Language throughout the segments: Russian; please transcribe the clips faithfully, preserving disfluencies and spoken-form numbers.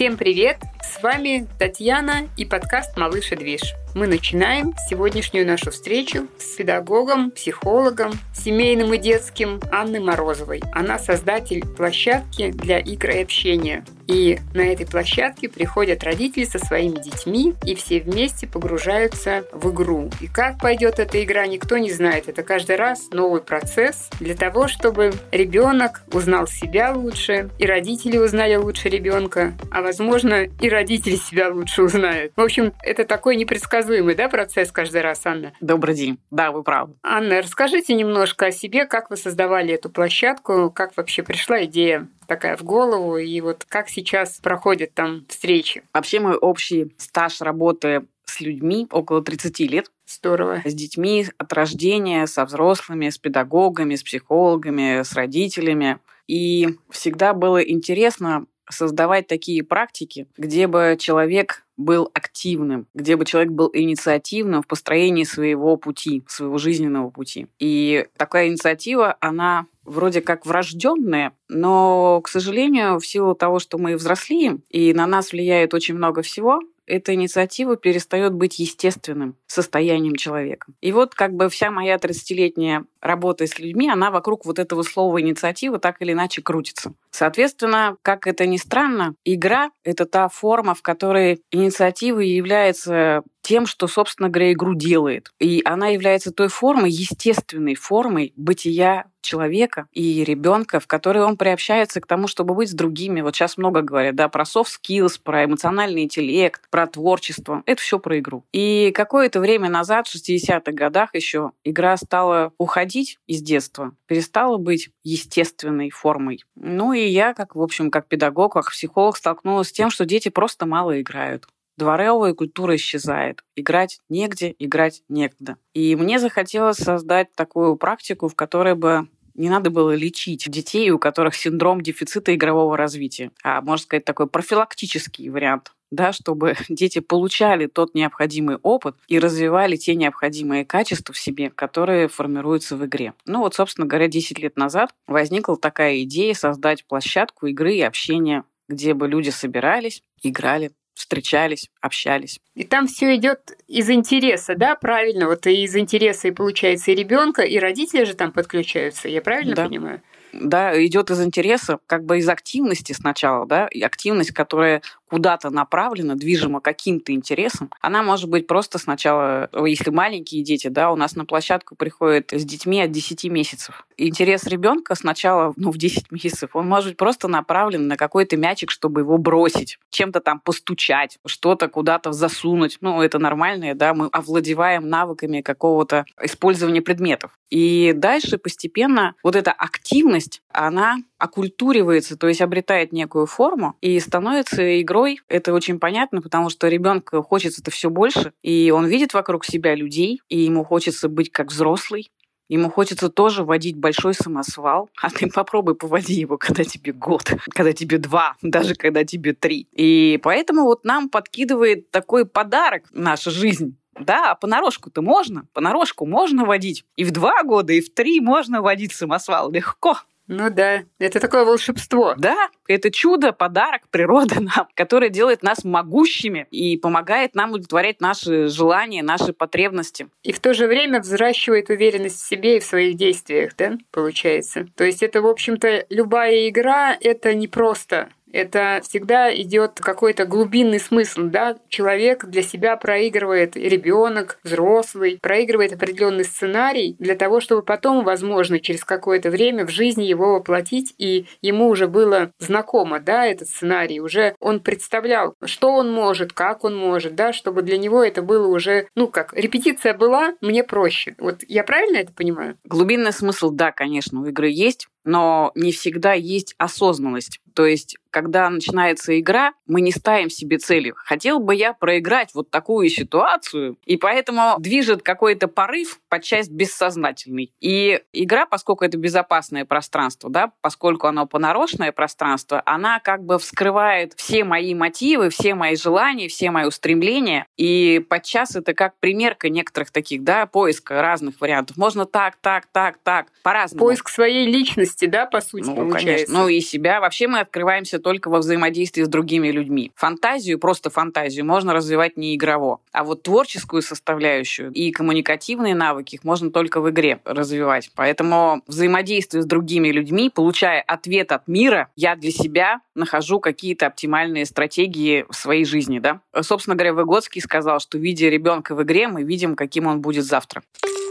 Всем привет! С вами Татьяна и подкаст «Малыш и движ». Мы начинаем сегодняшнюю нашу встречу с педагогом, психологом, семейным и детским Анной Морозовой. Она создатель площадки для игр и общения. И на этой площадке приходят родители со своими детьми, и все вместе погружаются в игру. И как пойдет эта игра, никто не знает. Это каждый раз новый процесс для того, чтобы ребенок узнал себя лучше, и родители узнали лучше ребенка, а возможно и родители себя лучше узнают. В общем, это такой непредсказуемый, да, процесс каждый раз, Анна? Добрый день. Да, вы правы. Анна, расскажите немножко о себе, как вы создавали эту площадку, как вообще пришла идея такая в голову, и вот как сейчас проходят там встречи? Вообще мой общий стаж работы с людьми около тридцати лет. Здорово. С детьми от рождения, со взрослыми, с педагогами, с психологами, с родителями. И всегда было интересно создавать такие практики, где бы человек был активным, где бы человек был инициативным в построении своего пути, своего жизненного пути. И такая инициатива, она вроде как врожденная, но, к сожалению, в силу того, что мы взрослеем, и на нас влияет очень много всего, эта инициатива перестает быть естественным состоянием человека. И вот как бы вся моя тридцатилетняя работа с людьми, она вокруг вот этого слова «инициатива» так или иначе крутится. Соответственно, как это ни странно, игра — это та форма, в которой инициатива является тем, что, собственно говоря, игру делает. И она является той формой, естественной формой бытия человека и ребенка, в которой он приобщается к тому, чтобы быть с другими. Вот сейчас много говорят, да, про soft skills, про эмоциональный интеллект, про творчество. Это все про игру. И какое-то время назад, в шестидесятых годах еще, игра стала уходить из детства, перестала быть естественной формой. Ну и я, как, в общем, как педагог, как психолог, столкнулась с тем, что дети просто мало играют. Дворовая культура исчезает. Играть негде, играть некогда. И мне захотелось создать такую практику, в которой бы не надо было лечить детей, у которых синдром дефицита игрового развития, а, можно сказать, такой профилактический вариант, да, чтобы дети получали тот необходимый опыт и развивали те необходимые качества в себе, которые формируются в игре. Ну вот, собственно говоря, десять лет назад возникла такая идея создать площадку игры и общения, где бы люди собирались, играли, встречались, общались. И там все идет из интереса, да, правильно? Вот и из интереса и получается и ребенка, и родители же там подключаются, я правильно да. понимаю? Да, идет из интереса, как бы из активности сначала, да, и активность, которая куда-то направлена, движима каким-то интересом, она может быть просто сначала, если маленькие дети, да, у нас на площадку приходят с детьми от десяти месяцев. Интерес ребенка сначала, ну, в десять месяцев, он может быть просто направлен на какой-то мячик, чтобы его бросить, чем-то там постучать, что-то куда-то засунуть. Ну, это нормальное, да, мы овладеваем навыками какого-то использования предметов. И дальше постепенно вот эта активность, она оккультуривается, то есть обретает некую форму и становится игрой. Это очень понятно, потому что ребенку хочется это все больше, и он видит вокруг себя людей, и ему хочется быть как взрослый. Ему хочется тоже водить большой самосвал, а ты попробуй поводи его, когда тебе год, когда тебе два, даже когда тебе три. И поэтому вот нам подкидывает такой подарок наша жизнь. Да, понарошку-то можно, понарошку можно водить. И в два года, и в три можно водить самосвал легко. Ну да, это такое волшебство. Да, это чудо, подарок природы нам, который делает нас могущими и помогает нам удовлетворять наши желания, наши потребности. И в то же время взращивает уверенность в себе и в своих действиях, да, получается? То есть это, в общем-то, любая игра — это не просто... Это всегда идет какой-то глубинный смысл, да? Человек для себя проигрывает, ребенок, взрослый, проигрывает определенный сценарий для того, чтобы потом, возможно, через какое-то время в жизни его воплотить, и ему уже было знакомо, да, этот сценарий, уже он представлял, что он может, как он может, да, чтобы для него это было уже, ну как, репетиция была, мне проще. Вот я правильно это понимаю? Глубинный смысл, да, конечно, у игры есть, но не всегда есть осознанность. То есть, когда начинается игра, мы не ставим себе цели. Хотел бы я проиграть вот такую ситуацию, и поэтому движет какой-то порыв, подчас бессознательный. И игра, поскольку это безопасное пространство, да, поскольку оно понарошное пространство, она как бы вскрывает все мои мотивы, все мои желания, все мои устремления. И подчас это как примерка некоторых таких, да, поиска разных вариантов. Можно так, так, так, так, по-разному. Поиск своей личности. невидимости, да, по сути, ну, получается. Конечно. Ну, и себя. Вообще мы открываемся только во взаимодействии с другими людьми. Фантазию, просто фантазию можно развивать не игрово. А вот творческую составляющую и коммуникативные навыки их можно только в игре развивать. Поэтому взаимодействие с другими людьми, получая ответ от мира, я для себя нахожу какие-то оптимальные стратегии в своей жизни, да. Собственно говоря, Выгодский сказал, что, видя ребенка в игре, мы видим, каким он будет завтра.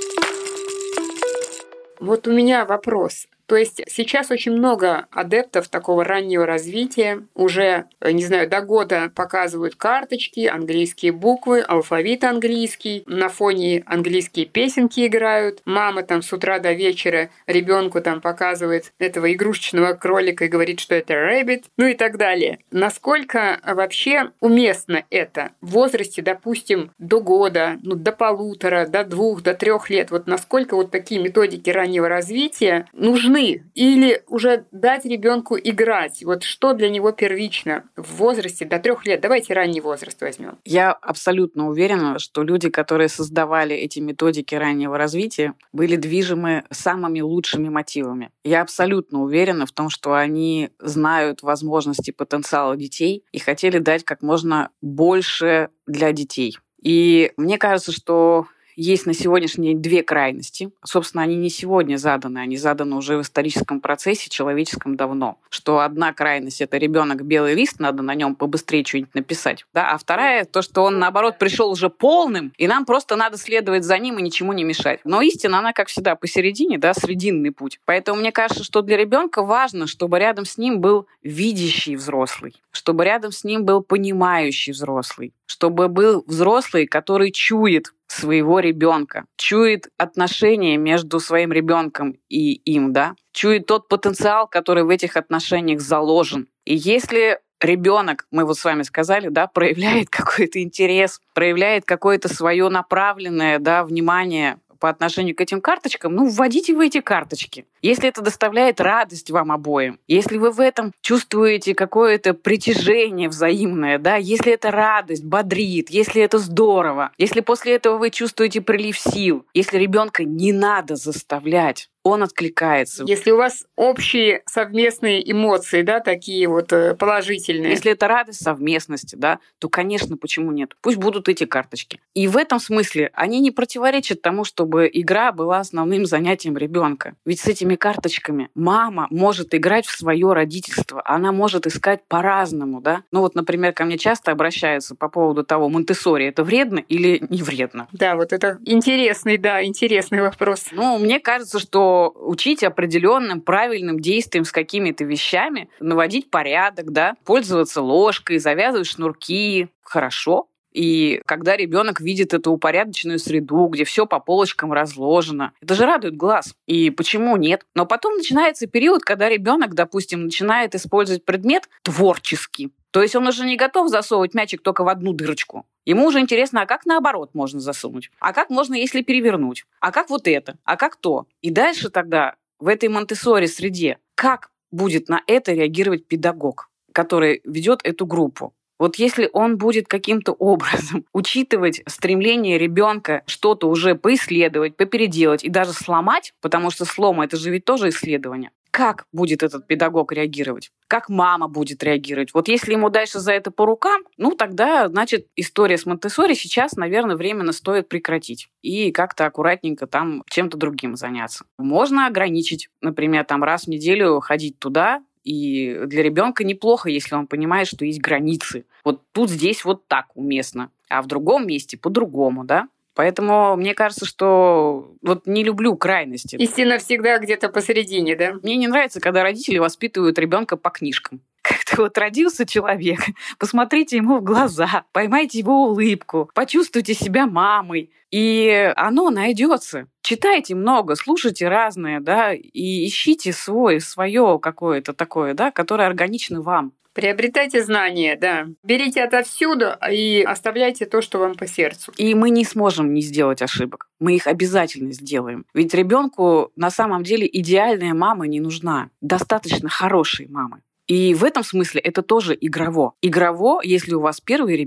Вот у меня вопрос. То есть сейчас очень много адептов такого раннего развития. Уже, не знаю, до года показывают карточки, английские буквы, алфавит английский. На фоне английские песенки играют. Мама там с утра до вечера ребенку там показывает этого игрушечного кролика и говорит, что это rabbit, ну и так далее. Насколько вообще уместно это в возрасте, допустим, до года, ну, до полутора, до двух, до трех лет? Вот насколько вот такие методики раннего развития нужны? Или уже дать ребенку играть? Вот что для него первично в возрасте до трех лет? Давайте ранний возраст возьмем. Я абсолютно уверена, что люди, которые создавали эти методики раннего развития, были движимы самыми лучшими мотивами. Я абсолютно уверена в том, что они знают возможности, потенциала детей и хотели дать как можно больше для детей. И мне кажется, что есть на сегодняшний день две крайности. Собственно, они не сегодня заданы, они заданы уже в историческом процессе, человеческом давно. Что одна крайность — это ребенок белый лист, надо на нем побыстрее что-нибудь написать. Да? А вторая — то, что он, наоборот, пришел уже полным, и нам просто надо следовать за ним и ничему не мешать. Но истина, она, как всегда, посередине, да, срединный путь. Поэтому мне кажется, что для ребенка важно, чтобы рядом с ним был видящий взрослый, чтобы рядом с ним был понимающий взрослый, чтобы был взрослый, который чует своего ребенка, чует отношения между своим ребенком и им, да, чует тот потенциал, который в этих отношениях заложен. И если ребенок, мы вот с вами сказали, да, проявляет какой-то интерес, проявляет какое-то свое направленное, да, внимание по отношению к этим карточкам, ну, вводите вы эти карточки. Если это доставляет радость вам обоим, если вы в этом чувствуете какое-то притяжение взаимное, да, если это радость, бодрит, если это здорово, если после этого вы чувствуете прилив сил, если ребенка не надо заставлять, он откликается. Если у вас общие совместные эмоции, да, такие вот положительные. Если это радость совместности, да, то, конечно, почему нет? Пусть будут эти карточки. И в этом смысле они не противоречат тому, чтобы игра была основным занятием ребенка. Ведь с этими карточками мама может играть в свое родительство. Она может искать по-разному, да. Ну вот, например, ко мне часто обращаются по поводу того, Монтессори это вредно или не вредно. Да, вот это интересный, да, интересный вопрос. Ну, мне кажется, что учить определенным правильным действиям с какими-то вещами, наводить порядок, да, пользоваться ложкой, завязывать шнурки, хорошо. И когда ребенок видит эту упорядоченную среду, где все по полочкам разложено, это же радует глаз. И почему нет? Но потом начинается период, когда ребенок, допустим, начинает использовать предмет творчески. То есть он уже не готов засовывать мячик только в одну дырочку. Ему уже интересно, а как наоборот можно засунуть? А как можно, если перевернуть? А как вот это? А как то? И дальше тогда в этой Монтессори среде как будет на это реагировать педагог, который ведет эту группу? Вот если он будет каким-то образом учитывать стремление ребенка что-то уже поисследовать, попеределать и даже сломать, потому что слом — это же ведь тоже исследование, как будет этот педагог реагировать? Как мама будет реагировать? Вот если ему дальше за это по рукам, ну тогда, значит, история с Монтессори сейчас, наверное, временно стоит прекратить и как-то аккуратненько там чем-то другим заняться. Можно ограничить, например, там раз в неделю ходить туда, и для ребенка неплохо, если он понимает, что есть границы. Вот тут здесь вот так уместно, а в другом месте по-другому, да? Поэтому мне кажется, что вот не люблю крайности. Истина всегда где-то посередине, да? Мне не нравится, когда родители воспитывают ребенка по книжкам. Как-то вот родился человек, посмотрите ему в глаза, поймайте его улыбку, почувствуйте себя мамой, и оно найдется. Читайте много, слушайте разное, да, и ищите свой, свое какое-то такое, да, которое органично вам. Приобретайте знания, да. Берите отовсюду и оставляйте то, что вам по сердцу. И мы не сможем не сделать ошибок. Мы их обязательно сделаем. Ведь ребенку на самом деле идеальная мама не нужна. Достаточно хорошей мамы. И в этом смысле это тоже игрово. Игрово, если у вас первый ребенок,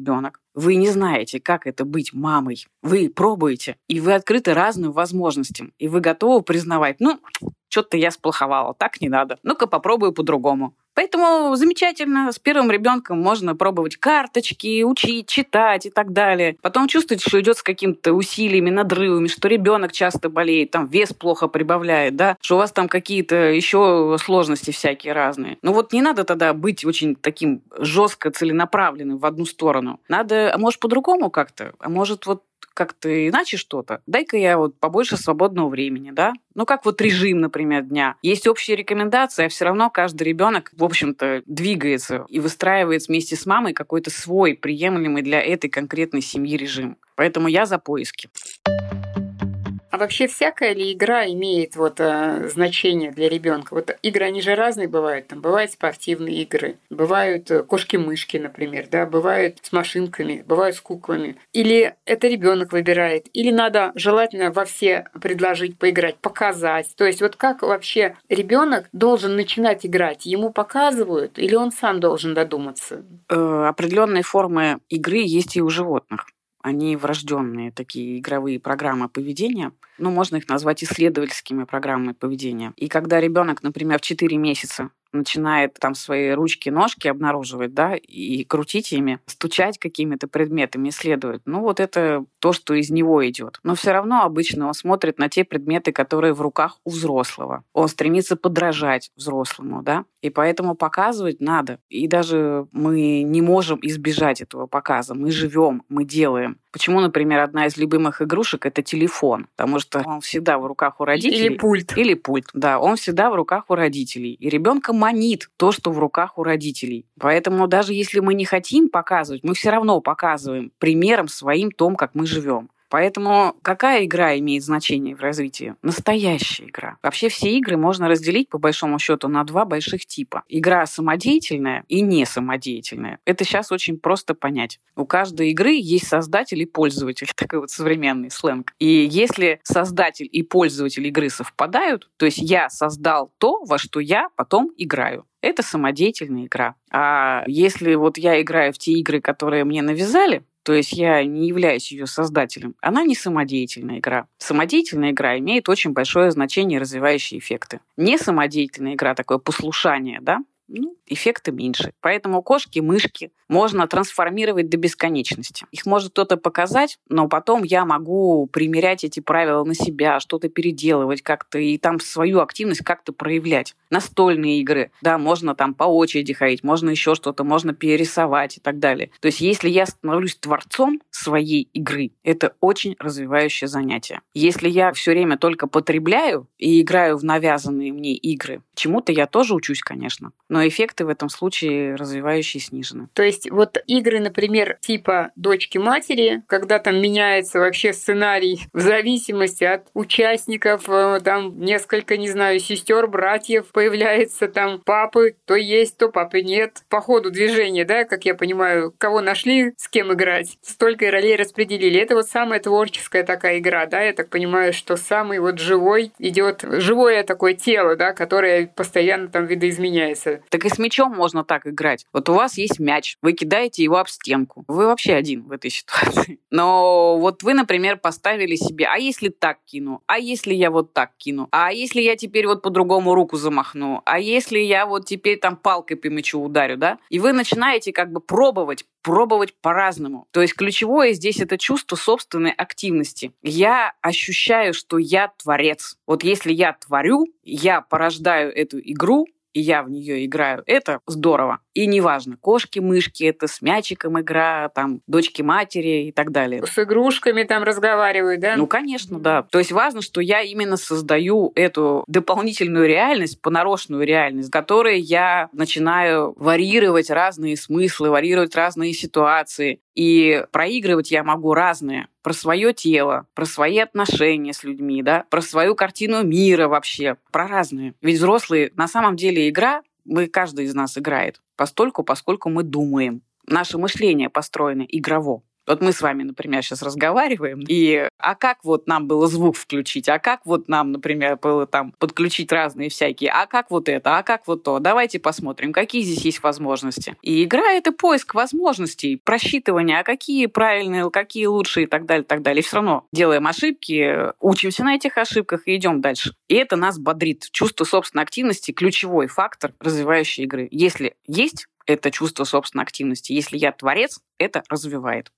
Вы не знаете, как это быть мамой. Вы пробуете, и вы открыты разным возможностям. И вы готовы признавать, ну, что-то я сплоховала, так не надо. Ну-ка попробую по-другому. Поэтому замечательно, с первым ребенком можно пробовать карточки, учить, читать и так далее. Потом чувствуете, что идет с какими-то усилиями, надрывами, что ребенок часто болеет, там вес плохо прибавляет, да, что у вас там какие-то еще сложности всякие разные. Ну вот не надо тогда быть очень таким жестко целенаправленным в одну сторону. Надо, а может, по-другому как-то, а может, вот как-то иначе что-то. Дай-ка я вот побольше свободного времени, да? Ну, как вот режим, например, дня. Есть общие рекомендации, а все равно каждый ребенок, в общем-то, двигается и выстраивает вместе с мамой какой-то свой приемлемый для этой конкретной семьи режим. Поэтому я за поиски. А вообще всякая ли игра имеет вот а, значение для ребенка? Вот игры, они же разные бывают. Там бывают спортивные игры, бывают кошки-мышки, например, да, бывают с машинками, бывают с куклами. Или это ребенок выбирает, или надо желательно во все предложить поиграть, показать. То есть вот как вообще ребенок должен начинать играть? Ему показывают, или он сам должен додуматься? Э, определенные формы игры есть и у животных. Они врожденные такие игровые программы поведения. Ну, можно их назвать исследовательскими программами поведения. И когда ребенок, например, в четыре месяца начинает там свои ручки-ножки обнаруживать, да, и крутить ими, стучать какими-то предметами, исследовать. Ну, вот это то, что из него идет. Но все равно обычно он смотрит на те предметы, которые в руках у взрослого. Он стремится подражать взрослому, да, и поэтому показывать надо. И даже мы не можем избежать этого показа. Мы живем, мы делаем. Почему, например, одна из любимых игрушек — это телефон? Потому что он всегда в руках у родителей. Или пульт. Или пульт, да. Он всегда в руках у родителей. И ребенка манит то, что в руках у родителей. Поэтому даже если мы не хотим показывать, мы все равно показываем примером своим том, как мы живем. Поэтому какая игра имеет значение в развитии? Настоящая игра. Вообще все игры можно разделить, по большому счету, на два больших типа. Игра самодеятельная и несамодеятельная. Это сейчас очень просто понять. У каждой игры есть создатель и пользователь. Такой вот современный сленг. И если создатель и пользователь игры совпадают, то есть я создал то, во что я потом играю. Это самодеятельная игра. А если вот я играю в те игры, которые мне навязали, то есть я не являюсь ее создателем, она не самодеятельная игра. Самодеятельная игра имеет очень большое значение и развивающие эффекты. Не самодеятельная игра, такое послушание, да, ну, эффекты меньше. Поэтому кошки-мышки можно трансформировать до бесконечности. Их может кто-то показать, но потом я могу примерять эти правила на себя, что-то переделывать как-то и там свою активность как-то проявлять. Настольные игры, да, можно там по очереди ходить, можно еще что-то, можно перерисовать и так далее. То есть если я становлюсь творцом своей игры, это очень развивающее занятие. Если я все время только потребляю и играю в навязанные мне игры, чему-то я тоже учусь, конечно, но эффекты в этом случае развивающие снижены. То есть вот игры, например, типа «Дочки-матери», когда там меняется вообще сценарий в зависимости от участников, там несколько, не знаю, сестер, братьев, появляется там папы, то есть, то папы нет. По ходу движения, да, как я понимаю, кого нашли, с кем играть, столько и ролей распределили. Это вот самая творческая такая игра, да, я так понимаю, что самый вот живой идет, живое такое тело, да, которое постоянно там видоизменяется. Так и с мячом можно так играть. Вот у вас есть мяч, вы кидаете его об стенку. Вы вообще один в этой ситуации. Но вот вы, например, поставили себе, а если так кину? А если я вот так кину? А если я теперь вот по-другому руку замахну? А если я вот теперь там палкой по мячу ударю, да? И вы начинаете как бы пробовать, пробовать по-разному. То есть ключевое здесь это чувство собственной активности. Я ощущаю, что я творец. Вот если я творю, я порождаю эту игру, и я в нее играю, это здорово. И неважно, кошки-мышки, это с мячиком игра, там, дочки-матери и так далее. С игрушками там разговаривают, да? Ну, конечно, да. То есть важно, что я именно создаю эту дополнительную реальность, понарошенную реальность, в которой я начинаю варьировать разные смыслы, варьировать разные ситуации. И проигрывать я могу разные. Про свое тело, про свои отношения с людьми, да, про свою картину мира вообще, про разные. Ведь взрослые, на самом деле игра, мы, каждый из нас играет, постольку, поскольку мы думаем. Наше мышление построено игрово. Вот мы с вами, например, сейчас разговариваем, и а как вот нам было звук включить, а как вот нам, например, было там подключить разные всякие, а как вот это, а как вот то. Давайте посмотрим, какие здесь есть возможности. И игра — это поиск возможностей, просчитывание, а какие правильные, какие лучшие и так далее, так далее. И все равно делаем ошибки, учимся на этих ошибках и идем дальше. И это нас бодрит. Чувство собственной активности — ключевой фактор развивающей игры. Если есть это чувство собственной активности, если я творец, это развивает.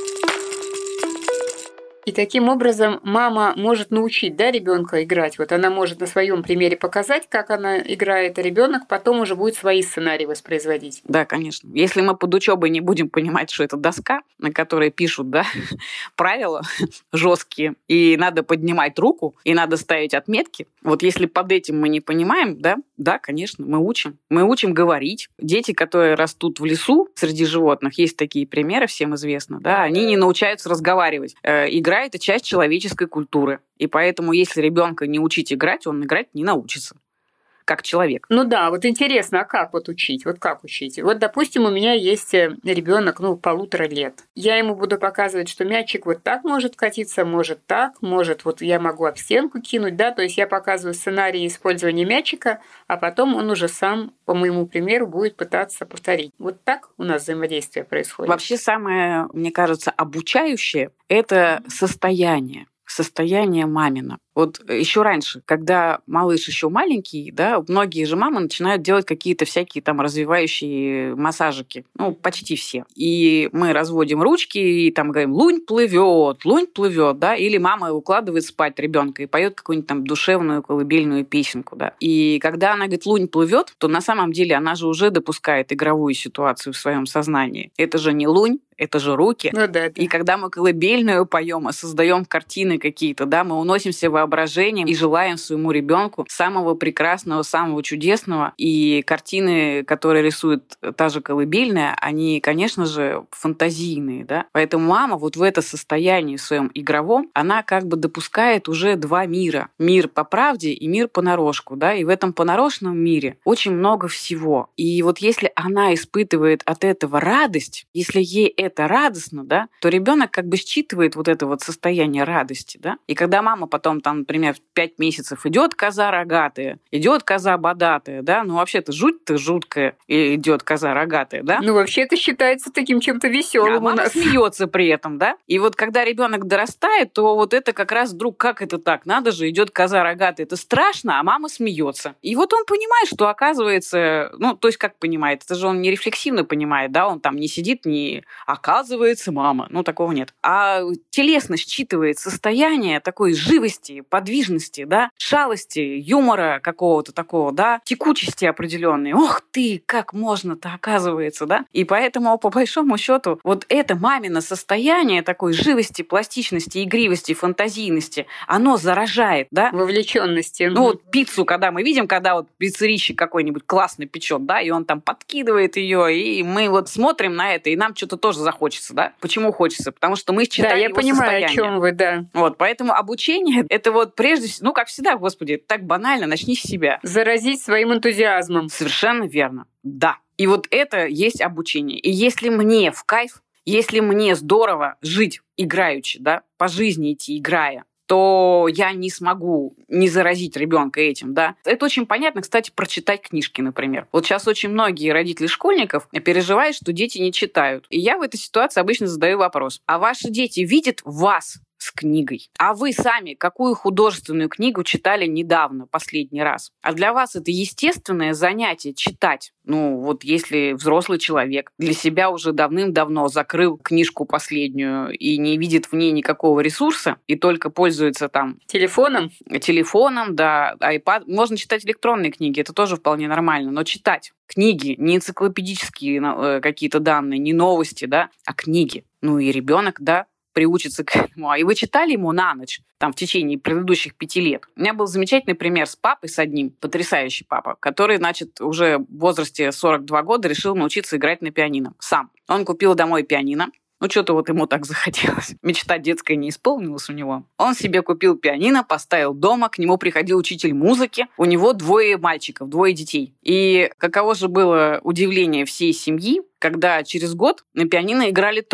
И таким образом мама может научить, да, ребенка играть. Вот она может на своем примере показать, как она играет, а ребенок потом уже будет свои сценарии воспроизводить. Да, конечно. Если мы под учебой не будем понимать, что это доска, на которой пишут, да, правила жесткие, и надо поднимать руку, и надо ставить отметки. Вот если под этим мы не понимаем, да, да, конечно, мы учим. Мы учим говорить. Дети, которые растут в лесу среди животных, есть такие примеры, всем известно, да, они не научаются разговаривать. Игра — это часть человеческой культуры. И поэтому, если ребенка не учить играть, он играть не научится. Как человек. Ну да, вот интересно, а как вот учить? Вот как учить? Вот, допустим, у меня есть ребенок, ну, полутора лет. Я ему буду показывать, что мячик вот так может катиться, может так, может вот я могу об стенку кинуть, да, то есть я показываю сценарий использования мячика, а потом он уже сам, по моему примеру, будет пытаться повторить. Вот так у нас взаимодействие происходит. Вообще самое, мне кажется, обучающее — это состояние. Состояние мамина. Вот еще раньше, когда малыш еще маленький, да, многие же мамы начинают делать какие-то всякие там развивающие массажики. Ну, почти все. И мы разводим ручки и там говорим: лунь плывет, лунь плывет, да, или мама укладывает спать ребенка и поет какую-нибудь там душевную колыбельную песенку, да. И когда она говорит лунь плывет, то на самом деле она же уже допускает игровую ситуацию в своем сознании. Это же не лунь, это же руки. Ну, да, да. И когда мы колыбельную поем, а создаем картины какие-то, да, мы уносимся в воображением и желаем своему ребенку самого прекрасного, самого чудесного. И картины, которые рисует та же колыбельная, они, конечно же, фантазийные, да. Поэтому мама вот в это состояние в своем игровом, она как бы допускает уже два мира. Мир по правде и мир понарошку, да. И в этом понарошном мире очень много всего. И вот если она испытывает от этого радость, если ей это радостно, да, то ребенок как бы считывает вот это вот состояние радости, да. И когда мама потом там, например, в пять месяцев идет коза рогатая, идет коза бодатая, да, ну вообще-то жуть-то жуткая, и идет коза рогатая, да. Ну вообще это считается таким чем-то веселым, а мама у нас. Смеется при этом, да. И вот когда ребенок дорастает, то вот это как раз вдруг, как это так, надо же, идет коза рогатая, это страшно, а мама смеется. И вот он понимает, что оказывается, ну то есть как понимает, это же он не рефлексивно понимает, да, он там не сидит, не оказывается мама, ну такого нет, а телесно считывает состояние такой живости, подвижности, да, шалости, юмора какого-то такого, да, текучести определенной. Ох ты, как можно-то, оказывается, да. И поэтому, по большому счету, вот это мамино состояние такой живости, пластичности, игривости, фантазийности, оно заражает, да. Вовлеченности. Ну вот пиццу, когда мы видим, когда вот пиццерийщик какой-нибудь классный печет, да, и он там подкидывает ее, и мы вот смотрим на это, и нам что-то тоже захочется, да. Почему хочется? Потому что мы считаем да, я его понимаю, состояние. о чем вы, да. Вот, поэтому обучение — это вот прежде всего, ну, как всегда, господи, так банально, начни с себя. Заразить своим энтузиазмом. Совершенно верно, да. И вот это есть обучение. И если мне в кайф, если мне здорово жить играючи, да, по жизни идти играя, то я не смогу не заразить ребенка этим, да. Это очень понятно, кстати, прочитать книжки, например. Вот сейчас очень многие родители школьников переживают, что дети не читают. И я в этой ситуации обычно задаю вопрос: а ваши дети видят вас с книгой? А вы сами какую художественную книгу читали недавно, последний раз? А для вас это естественное занятие читать? Ну, вот если взрослый человек для себя уже давным-давно закрыл книжку последнюю и не видит в ней никакого ресурса, и только пользуется там... Телефоном? Телефоном, да, iPad. Можно читать электронные книги, это тоже вполне нормально, но читать книги, не энциклопедические какие-то данные, не новости, да, а книги. Ну и ребенок, да, приучится к этому. А и вы читали ему на ночь, там, в течение предыдущих пяти лет. У меня был замечательный пример с папой, с одним, потрясающий папа, который, значит, уже в возрасте сорок два года решил научиться играть на пианино сам. Он купил домой пианино. Ну, что-то вот ему так захотелось. Мечта детская не исполнилась у него. Он себе купил пианино, поставил дома, к нему приходил учитель музыки. У него двое мальчиков, двое детей. И каково же было удивление всей семьи, когда через год на пианино играли трое.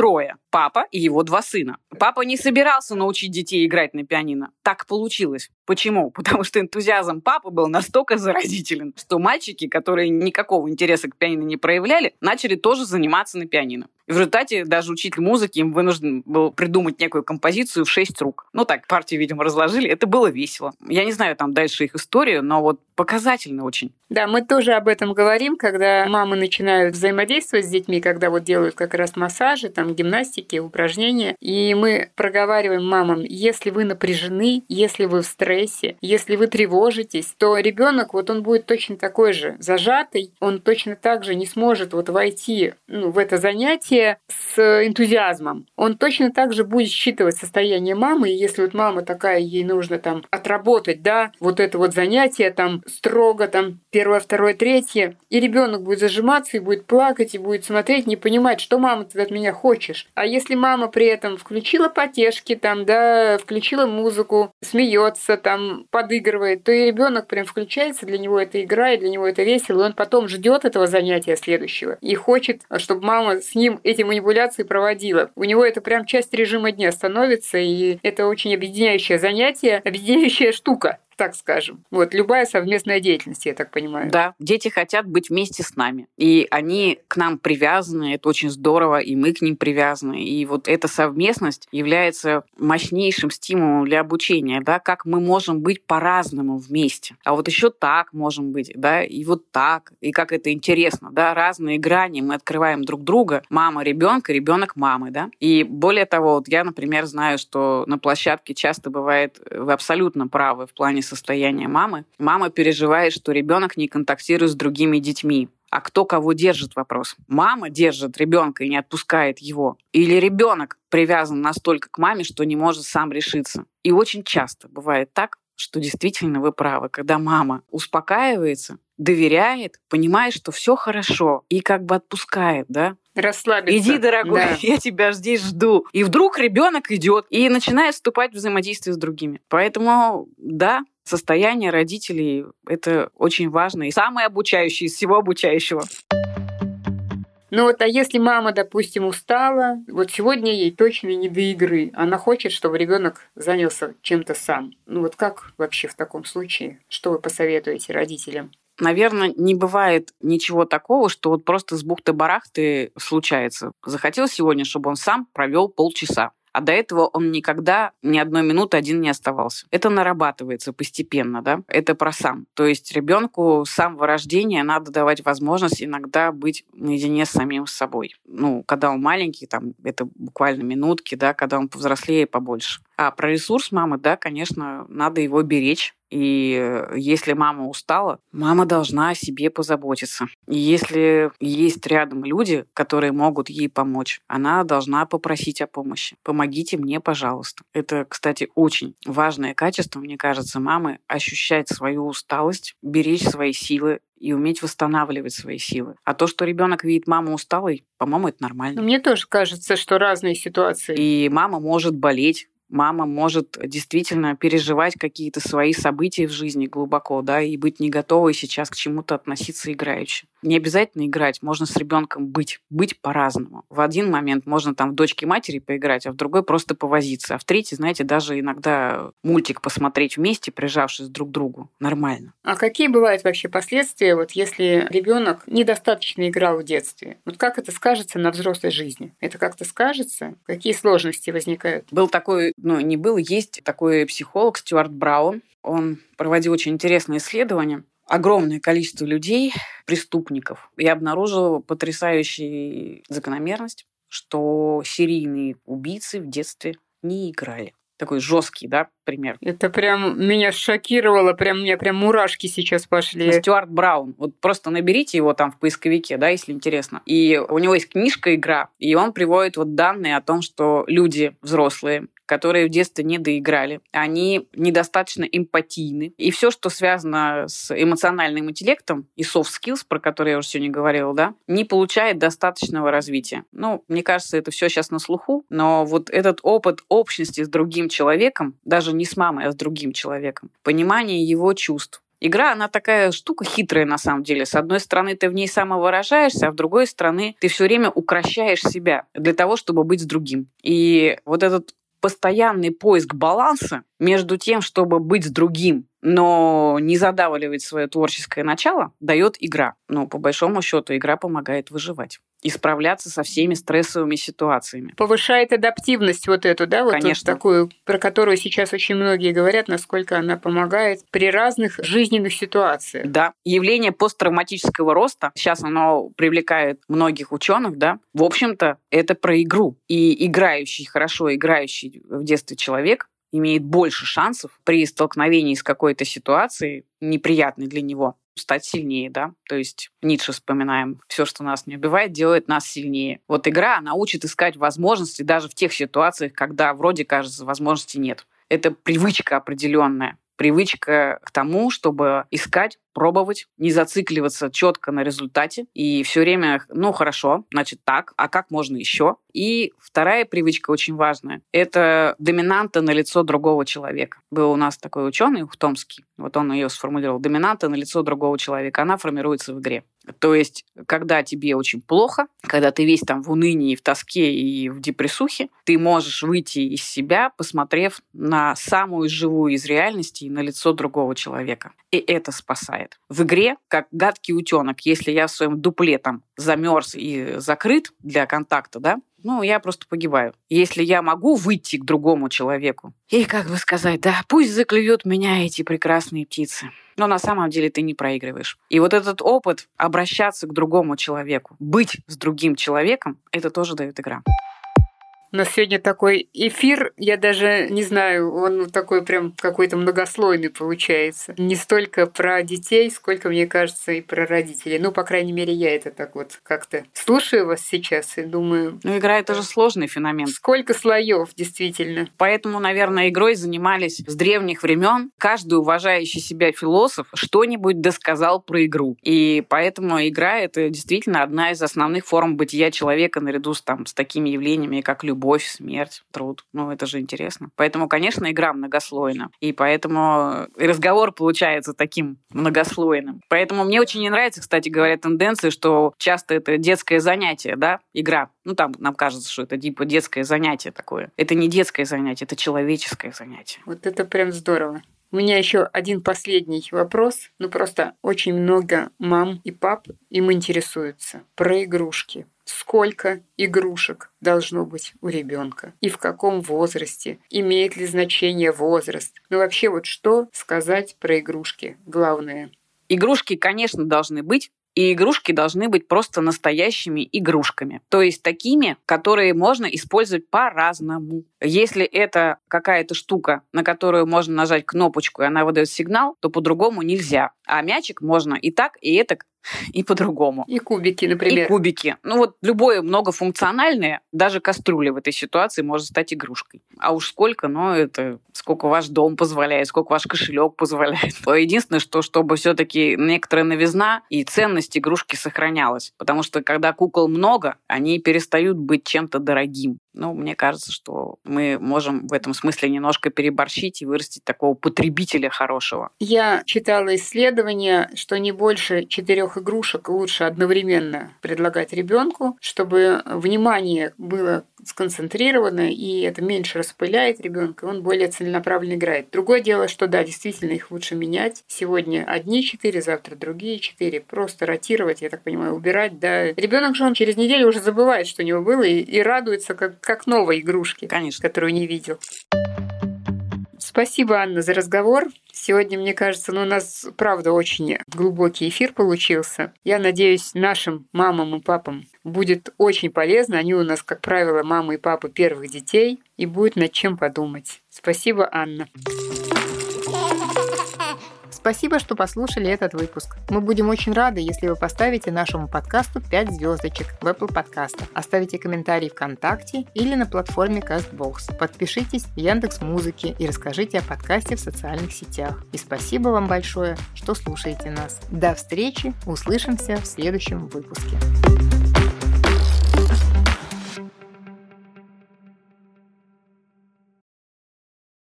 папа и его два сына. Папа не собирался научить детей играть на пианино. Так получилось. Почему? Потому что энтузиазм папы был настолько заразителен, что мальчики, которые никакого интереса к пианино не проявляли, начали тоже заниматься на пианино. И в результате даже учитель музыки им вынужден был придумать некую композицию в шесть рук. Ну так, партию, видимо, разложили. Это было весело. Я не знаю там дальше их историю, но вот показательно очень. Да, мы тоже об этом говорим, когда мамы начинают взаимодействовать с детьми, когда вот делают как раз массажи, там, гимнастики, упражнения. И мы проговариваем мамам, если вы напряжены, если вы в стрессе, если вы тревожитесь, то ребенок вот он будет точно такой же зажатый, он точно так же не сможет вот войти ну, в это занятие с энтузиазмом. Он точно так же будет считывать состояние мамы, и если вот мама такая, ей нужно там отработать, да, вот это вот занятие там строго, там первое, второе, третье, и ребенок будет зажиматься и будет плакать, и будет смотреть, не понимать, что мама ты от меня хочешь. А если мама при этом включила потешки, там, да, включила музыку, смеется, там, подыгрывает, то и ребенок прям включается, для него это игра, и для него это весело, и он потом ждет этого занятия следующего и хочет, чтобы мама с ним эти манипуляции проводила. У него это прям часть режима дня становится, и это очень объединяющее занятие, объединяющая штука, так скажем. Вот, любая совместная деятельность, я так понимаю. Да, дети хотят быть вместе с нами. И они к нам привязаны, это очень здорово, и мы к ним привязаны. И вот эта совместность является мощнейшим стимулом для обучения, да, как мы можем быть по-разному вместе. А вот еще так можем быть, да, и вот так, и как это интересно, да, разные грани мы открываем друг друга, мама ребенка, ребенок мамы, да. И более того, вот я, например, знаю, что на площадке часто бывает, вы абсолютно правы в плане состояние мамы. Мама переживает, что ребенок не контактирует с другими детьми. А кто кого держит, вопрос. Мама держит ребенка и не отпускает его. Или ребенок привязан настолько к маме, что не может сам решиться. И очень часто бывает так, что действительно вы правы, когда мама успокаивается, доверяет, понимает, что все хорошо, и как бы отпускает, да? Расслабиться. Иди, дорогой, да. я тебя здесь жду. И вдруг ребенок идет и начинает вступать в взаимодействие с другими. Поэтому, да, состояние родителей — это очень важно и самое обучающее из всего обучающего. Ну вот, а если мама, допустим, устала, вот сегодня ей точно не до игры, она хочет, чтобы ребенок занялся чем-то сам. Ну вот как вообще в таком случае? Что вы посоветуете родителям? Наверное, не бывает ничего такого, что вот просто с бухты-барахты случается. Захотел сегодня, чтобы он сам провел полчаса. А до этого он никогда ни одной минуты один не оставался. Это нарабатывается постепенно, да? Это про сам. То есть ребенку с самого рождения надо давать возможность иногда быть наедине с самим собой. Ну, когда он маленький, там, это буквально минутки, да, когда он повзрослее, побольше. А про ресурс мамы, да, конечно, надо его беречь. И если мама устала, мама должна о себе позаботиться. И если есть рядом люди, которые могут ей помочь, она должна попросить о помощи. Помогите мне, пожалуйста. Это, кстати, очень важное качество, мне кажется, мамы — ощущать свою усталость, беречь свои силы и уметь восстанавливать свои силы. А то, что ребенок видит маму усталой, по-моему, это нормально. Мне тоже кажется, что разные ситуации. И мама может болеть. Мама может действительно переживать какие-то свои события в жизни глубоко, да, и быть не готовой сейчас к чему-то относиться играюще. Не обязательно играть, можно с ребенком быть, быть по-разному. В один момент можно там в дочке матери поиграть, а в другой просто повозиться. А в третий, знаете, даже иногда мультик посмотреть вместе, прижавшись друг к другу. Нормально. А какие бывают вообще последствия, вот если ребенок недостаточно играл в детстве? Вот как это скажется на взрослой жизни? Это как-то скажется? Какие сложности возникают? Был такой, ну, не был, есть такой психолог Стюарт Браун. Он проводил очень интересные исследования. Огромное количество людей, преступников. Я обнаружила потрясающую закономерность, что серийные убийцы в детстве не играли. Такой жесткий, да, пример. Это прям меня шокировало, прям у меня прям мурашки сейчас пошли. Стюарт Браун. Вот просто наберите его там в поисковике, да, если интересно. И у него есть книжка «Игра», и он приводит вот данные о том, что люди взрослые, которые в детстве не доиграли, они недостаточно эмпатийны. И все, что связано с эмоциональным интеллектом и soft skills, про которые я уже сегодня говорила, да, не получает достаточного развития. Ну, мне кажется, это все сейчас на слуху, но вот этот опыт общности с другим человеком, даже не с мамой, а с другим человеком, понимание его чувств, Игра, она такая штука хитрая на самом деле. С одной стороны, ты в ней самовыражаешься, а с другой стороны, ты все время укращаешь себя для того, чтобы быть с другим. И вот этот постоянный поиск баланса между тем, чтобы быть с другим, но не задавливать свое творческое начало, дает игра. Но по большому счету игра помогает выживать и справляться со всеми стрессовыми ситуациями. Повышает адаптивность вот эту, да, вот, вот такую, про которую сейчас очень многие говорят, насколько она помогает при разных жизненных ситуациях. Да. Явление посттравматического роста, сейчас оно привлекает многих ученых, да, в общем-то, это про игру. И играющий, хорошо играющий в детстве человек имеет больше шансов при столкновении с какой-то ситуацией, неприятной для него, стать сильнее, да. То есть Ницше вспоминаем. Все, что нас не убивает, делает нас сильнее. Вот игра, она учит искать возможности даже в тех ситуациях, когда вроде, кажется, возможностей нет. Это привычка определенная. Привычка к тому, чтобы искать, пробовать, не зацикливаться четко на результате и все время, ну хорошо, значит так, а как можно еще? И вторая привычка очень важная – это доминанта на лицо другого человека. Был у нас такой ученый Ухтомский, вот он ее сформулировал. Доминанта на лицо другого человека, она формируется в игре. То есть, когда тебе очень плохо, когда ты весь там в унынии, в тоске и в депрессухе, ты можешь выйти из себя, посмотрев на самую живую из реальностей, на лицо другого человека. И это спасает. В игре, как гадкий утенок, если я в своем дупле там замерз и закрыт для контакта, да, ну, я просто погибаю. Если я могу выйти к другому человеку и, как бы сказать, да, пусть заклюют меня эти прекрасные птицы, но на самом деле ты не проигрываешь. И вот этот опыт обращаться к другому человеку, быть с другим человеком, это тоже дает игра. У нас сегодня такой эфир, я даже не знаю, он такой прям какой-то многослойный получается. Не столько про детей, сколько, мне кажется, и про родителей. Ну, по крайней мере, я это так вот как-то слушаю вас сейчас и думаю... Ну, игра — это же сложный феномен. Сколько слоев, действительно. Поэтому, наверное, игрой занимались с древних времен. Каждый уважающий себя философ что-нибудь досказал про игру. И поэтому игра — это действительно одна из основных форм бытия человека наряду с, там, с такими явлениями, как любовь. Любовь, смерть, труд. Ну, это же интересно. Поэтому, конечно, игра многослойна. И поэтому и разговор получается таким многослойным. Поэтому мне очень не нравится, кстати говоря, тенденция, что часто это детское занятие, да, игра. Ну, там нам кажется, что это типа детское занятие такое. Это не детское занятие, это человеческое занятие. Вот это прям здорово. У меня еще один последний вопрос. Ну, просто очень много мам и пап им интересуются про игрушки. Сколько игрушек должно быть у ребенка и в каком возрасте, имеет ли значение возраст. Ну вообще вот что сказать про игрушки главное? Игрушки, конечно, должны быть. И игрушки должны быть просто настоящими игрушками. То есть такими, которые можно использовать по-разному. Если это какая-то штука, на которую можно нажать кнопочку, и она выдает сигнал, то по-другому нельзя. А мячик можно и так, и этак, и по-другому. И кубики, например. И кубики. Ну вот любое многофункциональное, даже кастрюля в этой ситуации может стать игрушкой. А уж сколько, ну это сколько ваш дом позволяет, сколько ваш кошелек позволяет. Единственное, что чтобы все-таки некоторая новизна и ценность игрушки сохранялась. Потому что когда кукол много, они перестают быть чем-то дорогим. Ну, мне кажется, что мы можем в этом смысле немножко переборщить и вырастить такого потребителя хорошего. Я читала исследование, что не больше четырех игрушек лучше одновременно предлагать ребенку, чтобы внимание было сконцентрировано, и это меньше распыляет ребенка, он более целенаправленно играет. Другое дело, что да, действительно их лучше менять. Сегодня одни четыре, завтра другие четыре. Просто ротировать, я так понимаю, убирать. Да. Ребенок же он через неделю уже забывает, что у него было, и, и радуется как, как новой игрушке, конечно, которую не видел. Спасибо, Анна, за разговор. Сегодня, мне кажется, ну, у нас, правда, очень глубокий эфир получился. Я надеюсь, нашим мамам и папам будет очень полезно. Они у нас, как правило, мамы и папы первых детей, и будет над чем подумать. Спасибо, Анна. Спасибо, что послушали этот выпуск. Мы будем очень рады, если вы поставите нашему подкасту пять звездочек в Apple подкастах, оставите комментарий ВКонтакте или на платформе CastBox. Подпишитесь в Яндекс.Музыке и расскажите о подкасте в социальных сетях. И спасибо вам большое, что слушаете нас. До встречи, услышимся в следующем выпуске.